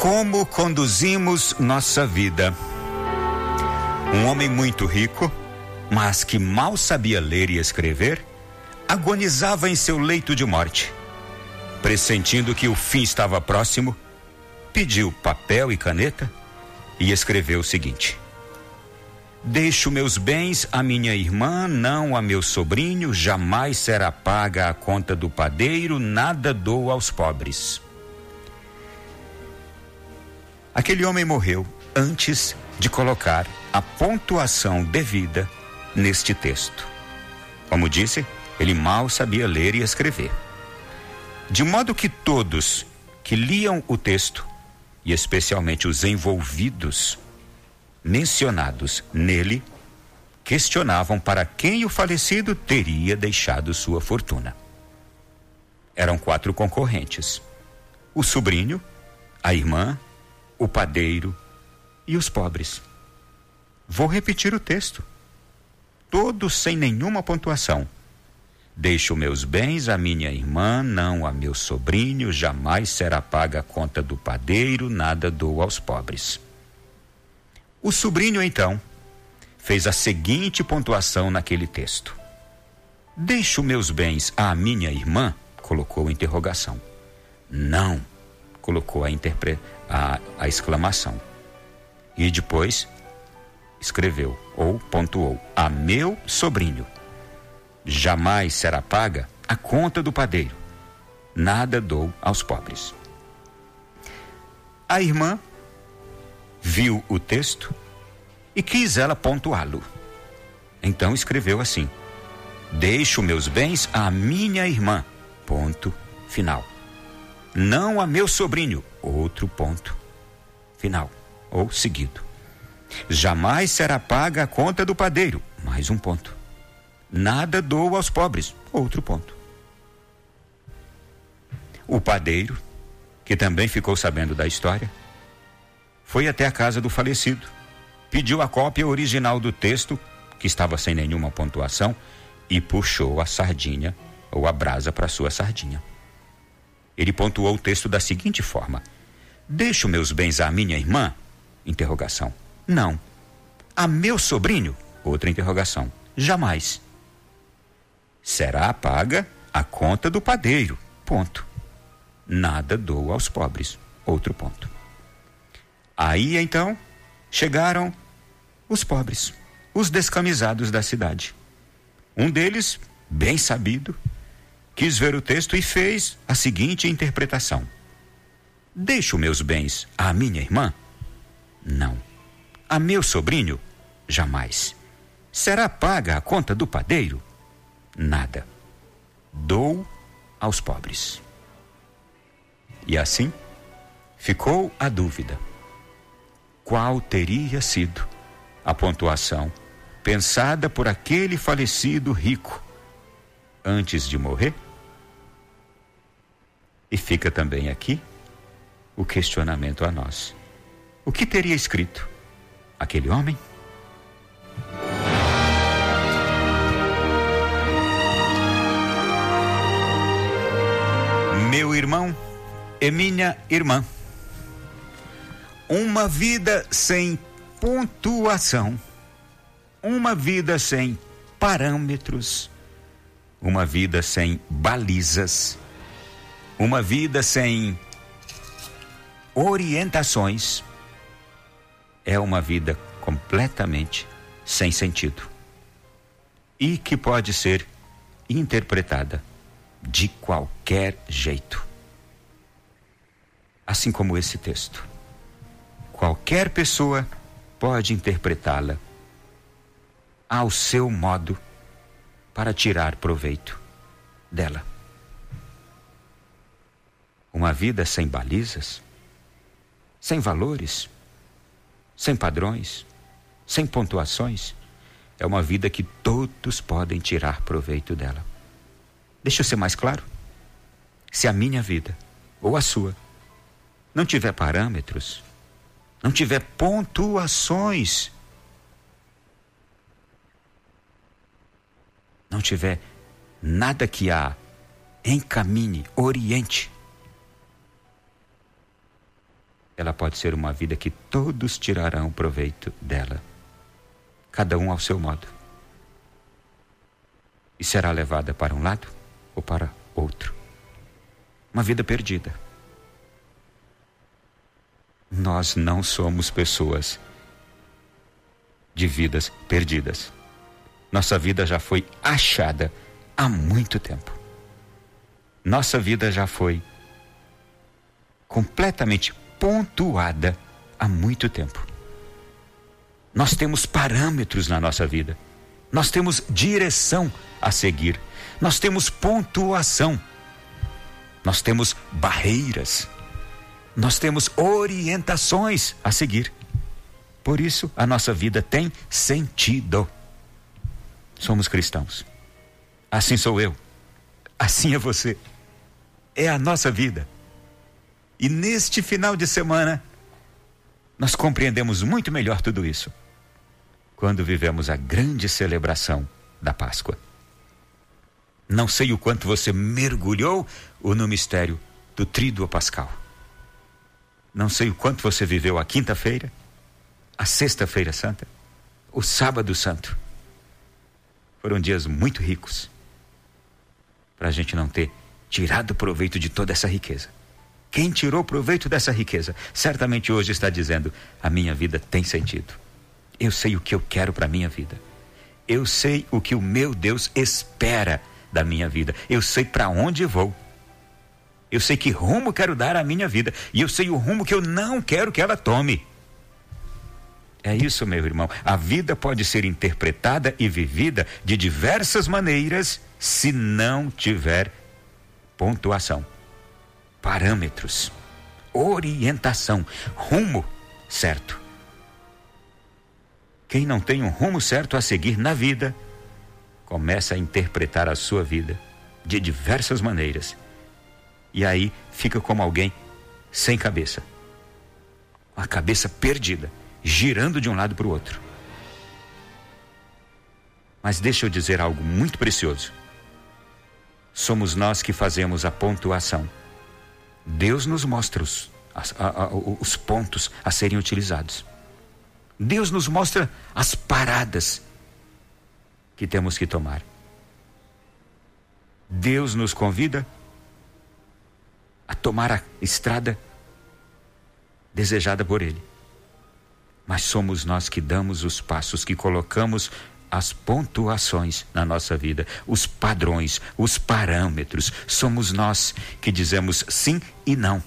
Como conduzimos nossa vida? Um homem muito rico, mas que mal sabia ler e escrever, agonizava em seu leito de morte. Pressentindo que o fim estava próximo, pediu papel e caneta e escreveu o seguinte: deixo meus bens à minha irmã, não a meu sobrinho, jamais será paga a conta do padeiro, nada dou aos pobres. Aquele homem morreu antes de colocar a pontuação devida neste texto. Como disse, ele mal sabia ler e escrever. De modo que todos que liam o texto, e especialmente os envolvidos, mencionados nele, questionavam para quem o falecido teria deixado sua fortuna. Eram 4 concorrentes: o sobrinho, a irmã, o padeiro e os pobres. Vou repetir o texto, todos sem nenhuma pontuação. Deixo meus bens à minha irmã, não a meu sobrinho, jamais será paga a conta do padeiro, nada dou aos pobres. O sobrinho, então, fez a seguinte pontuação naquele texto: deixo meus bens à minha irmã, colocou a interrogação. Não, colocou a exclamação. E depois escreveu, ou pontuou, a meu sobrinho. Jamais será paga a conta do padeiro, nada dou aos pobres. A irmã viu o texto e quis ela pontuá-lo. Então escreveu assim: deixo meus bens à minha irmã, ponto final. Não a meu sobrinho, outro ponto final, ou seguido. Jamais será paga a conta do padeiro, mais um ponto. Nada dou aos pobres, outro ponto. O padeiro, que também ficou sabendo da história, foi até a casa do falecido, pediu a cópia original do texto, que estava sem nenhuma pontuação, e puxou a sardinha, ou a brasa, para sua sardinha. Ele pontuou o texto da seguinte forma: deixo meus bens à minha irmã? Interrogação. Não. A meu sobrinho? Outra interrogação. Jamais. Será paga a conta do padeiro, ponto. Nada dou aos pobres, outro ponto. Aí então chegaram os pobres, os descamisados da cidade. Um deles, bem sabido, quis ver o texto e fez a seguinte interpretação: deixo meus bens à minha irmã? Não. A meu sobrinho? Jamais. Será paga a conta do padeiro? Nada. Dou aos pobres. E assim ficou a dúvida: qual teria sido a pontuação pensada por aquele falecido rico antes de morrer? E fica também aqui o questionamento a nós: o que teria escrito aquele homem? Meu irmão e minha irmã, uma vida sem pontuação, uma vida sem parâmetros, uma vida sem balizas, uma vida sem orientações, é uma vida completamente sem sentido e que pode ser interpretada de qualquer jeito. Assim como esse texto, qualquer pessoa pode interpretá-la ao seu modo para tirar proveito dela. Uma vida sem balizas, sem valores, sem padrões, sem pontuações, é uma vida que todos podem tirar proveito dela. Deixa eu ser mais claro: se a minha vida ou a sua não tiver parâmetros, não tiver pontuações, não tiver nada que a encaminhe, oriente, ela pode ser uma vida que todos tirarão proveito dela, cada um ao seu modo, e será levada para um lado ou para outro. Uma vida perdida. Nós não somos pessoas de vidas perdidas. Nossa vida já foi achada há muito tempo. Nossa vida já foi completamente pontuada há muito tempo. Nós temos parâmetros na nossa vida. Nós temos direção a seguir. Nós temos pontuação. Nós temos barreiras. Nós temos orientações a seguir. Por isso, a nossa vida tem sentido. Somos cristãos. Assim sou eu. Assim é você. É a nossa vida. E neste final de semana, nós compreendemos muito melhor tudo isso quando vivemos a grande celebração da Páscoa. Não sei o quanto você mergulhou no mistério do Tríduo Pascal. Não sei o quanto você viveu a quinta-feira, a sexta-feira santa, o sábado santo. Foram dias muito ricos para a gente não ter tirado proveito de toda essa riqueza. Quem tirou proveito dessa riqueza, certamente hoje está dizendo: a minha vida tem sentido. Eu sei o que eu quero para a minha vida. Eu sei o que o meu Deus espera da minha vida. Eu sei para onde vou. Eu sei que rumo quero dar à minha vida. E eu sei o rumo que eu não quero que ela tome. É isso, meu irmão. A vida pode ser interpretada e vivida de diversas maneiras se não tiver pontuação, parâmetros, orientação, rumo certo. Quem não tem um rumo certo a seguir na vida, começa a interpretar a sua vida de diversas maneiras. E aí fica como alguém sem cabeça, a cabeça perdida, girando de um lado para o outro. Mas deixa eu dizer algo muito precioso. Somos nós que fazemos a pontuação. Deus nos mostra os pontos a serem utilizados. Deus nos mostra as paradas que temos que tomar. Deus nos convida a tomar a estrada desejada por Ele. Mas somos nós que damos os passos, que colocamos as pontuações na nossa vida, os padrões, os parâmetros. Somos nós que dizemos sim e não.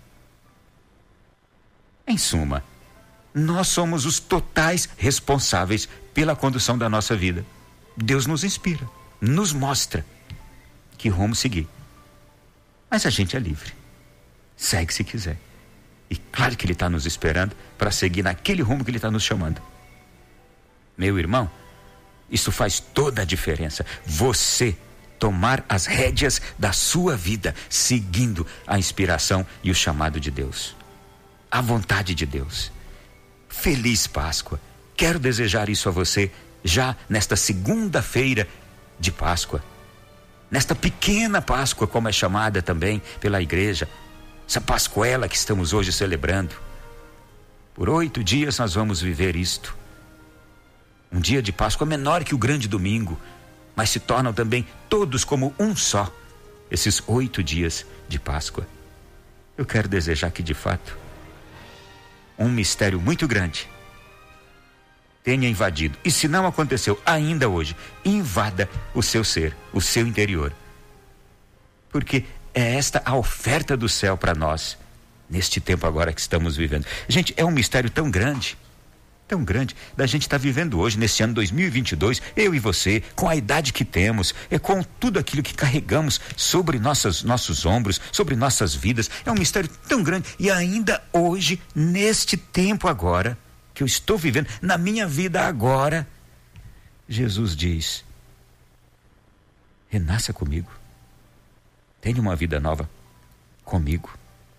Em suma, nós somos os totais responsáveis pela condução da nossa vida. Deus nos inspira, nos mostra que rumo seguir. Mas a gente é livre. Segue se quiser. E claro que Ele está nos esperando para seguir naquele rumo que Ele está nos chamando. Meu irmão, isso faz toda a diferença. Você tomar as rédeas da sua vida, seguindo a inspiração e o chamado de Deus, a vontade de Deus. Feliz Páscoa. Quero desejar isso a você já nesta segunda-feira de Páscoa, nesta pequena Páscoa, como é chamada também pela igreja, essa Pascuela que estamos hoje celebrando. Por 8 dias nós vamos viver isto. Um dia de Páscoa menor que o grande domingo, mas se tornam também todos como um só, esses 8 dias de Páscoa. Eu quero desejar que de fato um mistério muito grande tenha invadido, e se não aconteceu ainda hoje, invada o seu ser, o seu interior, porque é esta a oferta do céu para nós neste tempo agora que estamos vivendo. Gente, é um mistério tão grande da gente estar vivendo hoje, nesse ano 2022, eu e você, com a idade que temos, com tudo aquilo que carregamos sobre nossos ombros, sobre nossas vidas. É um mistério tão grande, e ainda hoje, neste tempo agora que eu estou vivendo, na minha vida agora, Jesus diz: renasça comigo, tenha uma vida nova comigo,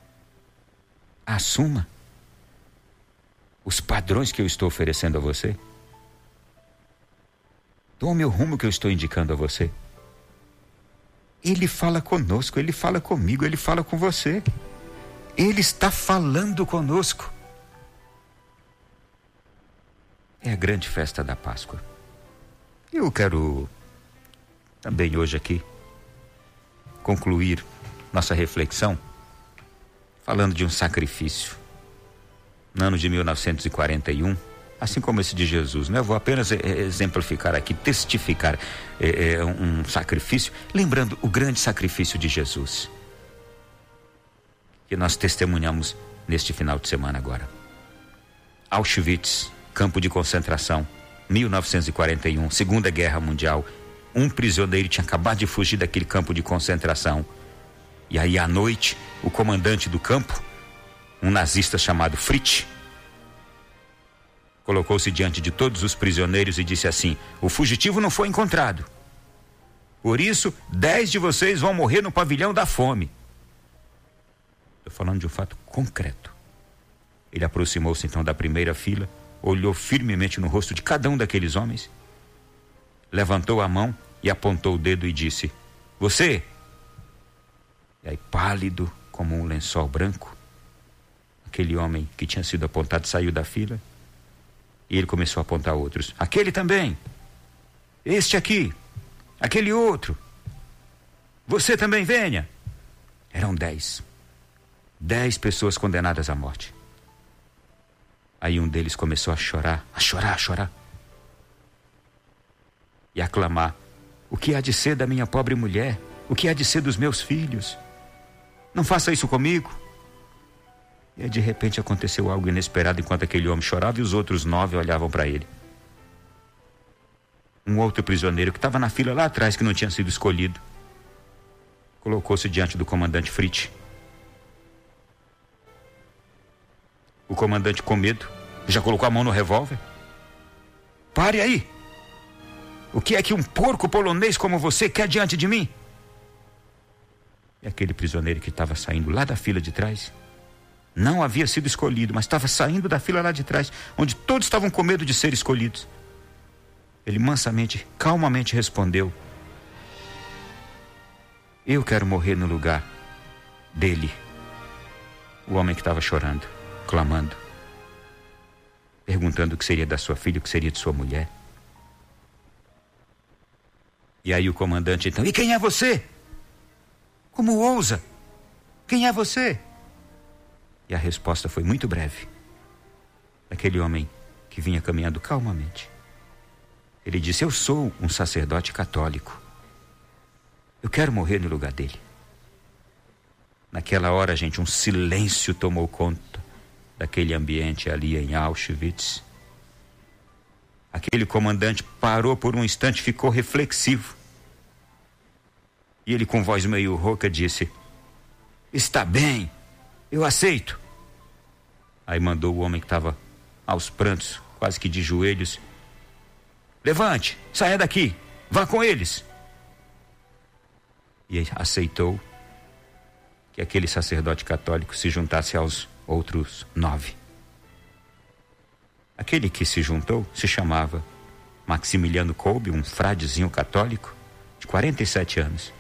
assuma os padrões que eu estou oferecendo a você. Tome o rumo que eu estou indicando a você. Ele fala conosco, Ele fala comigo, Ele fala com você. Ele está falando conosco. É a grande festa da Páscoa. Eu quero também hoje aqui concluir nossa reflexão falando de um sacrifício. No ano de 1941, assim como esse de Jesus, né? Eu vou apenas exemplificar aqui, testificar um sacrifício, lembrando o grande sacrifício de Jesus, que nós testemunhamos neste final de semana agora. Auschwitz, campo de concentração, 1941, Segunda Guerra Mundial. Um prisioneiro tinha acabado de fugir daquele campo de concentração. E aí à noite, o comandante do campo, um nazista chamado Fritz, colocou-se diante de todos os prisioneiros e disse assim: o fugitivo não foi encontrado. Por isso, 10 de vocês vão morrer no pavilhão da fome. Estou falando de um fato concreto. Ele aproximou-se então da primeira fila, olhou firmemente no rosto de cada um daqueles homens, levantou a mão e apontou o dedo e disse: você! E aí, pálido como um lençol branco, aquele homem que tinha sido apontado saiu da fila e ele começou a apontar outros. Aquele também, este aqui, aquele outro, você também venha. Eram 10 pessoas condenadas à morte. Aí um deles começou a chorar e a clamar: o que há de ser da minha pobre mulher? O que há de ser dos meus filhos? Não faça isso comigo. E aí, de repente aconteceu algo inesperado enquanto aquele homem chorava e os outros 9 olhavam para ele. Um outro prisioneiro que estava na fila lá atrás, que não tinha sido escolhido, colocou-se diante do comandante Fritz. O comandante, com medo, já colocou a mão no revólver. Pare aí! O que é que um porco polonês como você quer diante de mim? E aquele prisioneiro que estava saindo lá da fila de trás, não havia sido escolhido, mas estava saindo da fila lá de trás, onde todos estavam com medo de ser escolhidos. Ele mansamente, calmamente respondeu: eu quero morrer no lugar dele. O homem que estava chorando, clamando, perguntando o que seria da sua filha, o que seria de sua mulher. E aí o comandante então: e quem é você? Como ousa? Quem é você? E a resposta foi muito breve. Aquele homem que vinha caminhando calmamente. Ele disse: eu sou um sacerdote católico. Eu quero morrer no lugar dele. Naquela hora, gente, um silêncio tomou conta daquele ambiente ali em Auschwitz. Aquele comandante parou por um instante, ficou reflexivo. E ele, com voz meio rouca, disse: está bem, eu aceito. Aí mandou o homem que estava aos prantos, quase que de joelhos: levante, saia daqui, vá com eles. E aceitou que aquele sacerdote católico se juntasse aos outros 9. Aquele que se juntou se chamava Maximiliano Kolbe, um fradezinho católico de 47 anos.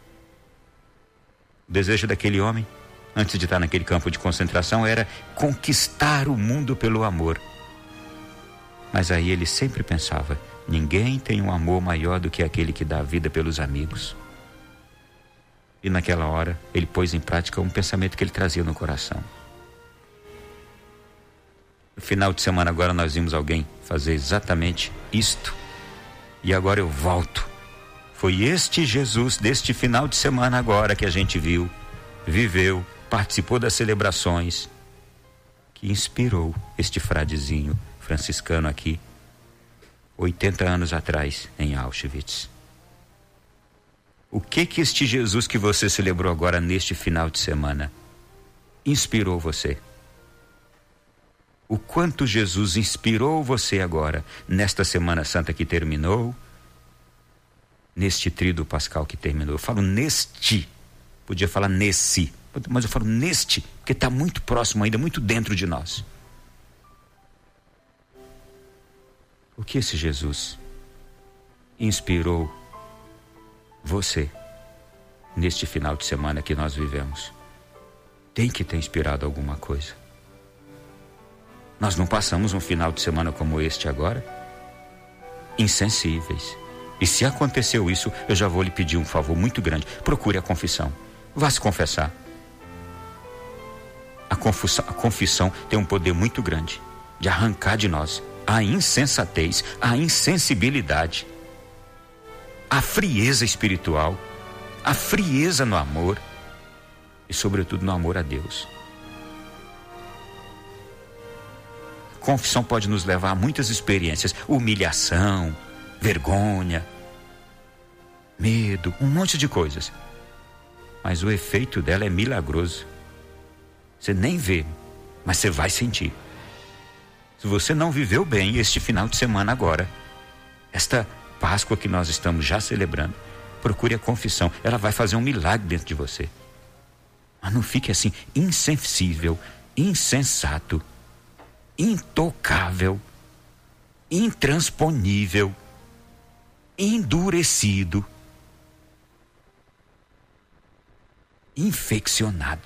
O desejo daquele homem, antes de estar naquele campo de concentração, era conquistar o mundo pelo amor. Mas aí ele sempre pensava: ninguém tem um amor maior do que aquele que dá a vida pelos amigos. E naquela hora ele pôs em prática um pensamento que ele trazia no coração. No final de semana agora nós vimos alguém fazer exatamente isto. E agora eu volto. Foi este Jesus deste final de semana agora que a gente viu, viveu, participou das celebrações, que inspirou este fradezinho franciscano aqui, 80 anos atrás, em Auschwitz. O que este Jesus que você celebrou agora neste final de semana inspirou você? O quanto Jesus inspirou você agora, nesta Semana Santa que terminou, neste tríduo pascal que terminou? Eu falo neste, podia falar nesse, mas eu falo neste, porque está muito próximo ainda, muito dentro de nós. O que esse Jesus inspirou você neste final de semana que nós vivemos? tem que ter inspirado alguma coisa. Nós não passamos um final de semana como este agora insensíveis. E se aconteceu isso, eu já vou lhe pedir um favor muito grande. Procure a confissão. Vá se confessar. A confissão tem um poder muito grande de arrancar de nós a insensatez, a insensibilidade, a frieza espiritual, a frieza no amor e, sobretudo, no amor a Deus. Confissão pode nos levar a muitas experiências, humilhação, vergonha, medo, um monte de coisas. Mas o efeito dela é milagroso. Você nem vê, mas você vai sentir. Se você não viveu bem este final de semana agora, esta Páscoa que nós estamos já celebrando, procure a confissão. Ela vai fazer um milagre dentro de você. Mas não fique assim, insensível, insensato, intocável, intransponível, endurecido, infeccionado,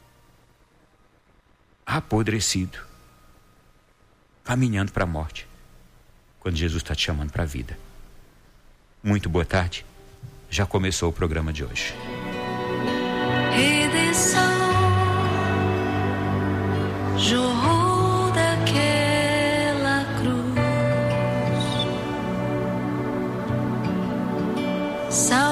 apodrecido, caminhando para a morte, quando Jesus está te chamando para a vida. Muito boa tarde. Já começou o programa de hoje. Redenção jorrou daquela cruz.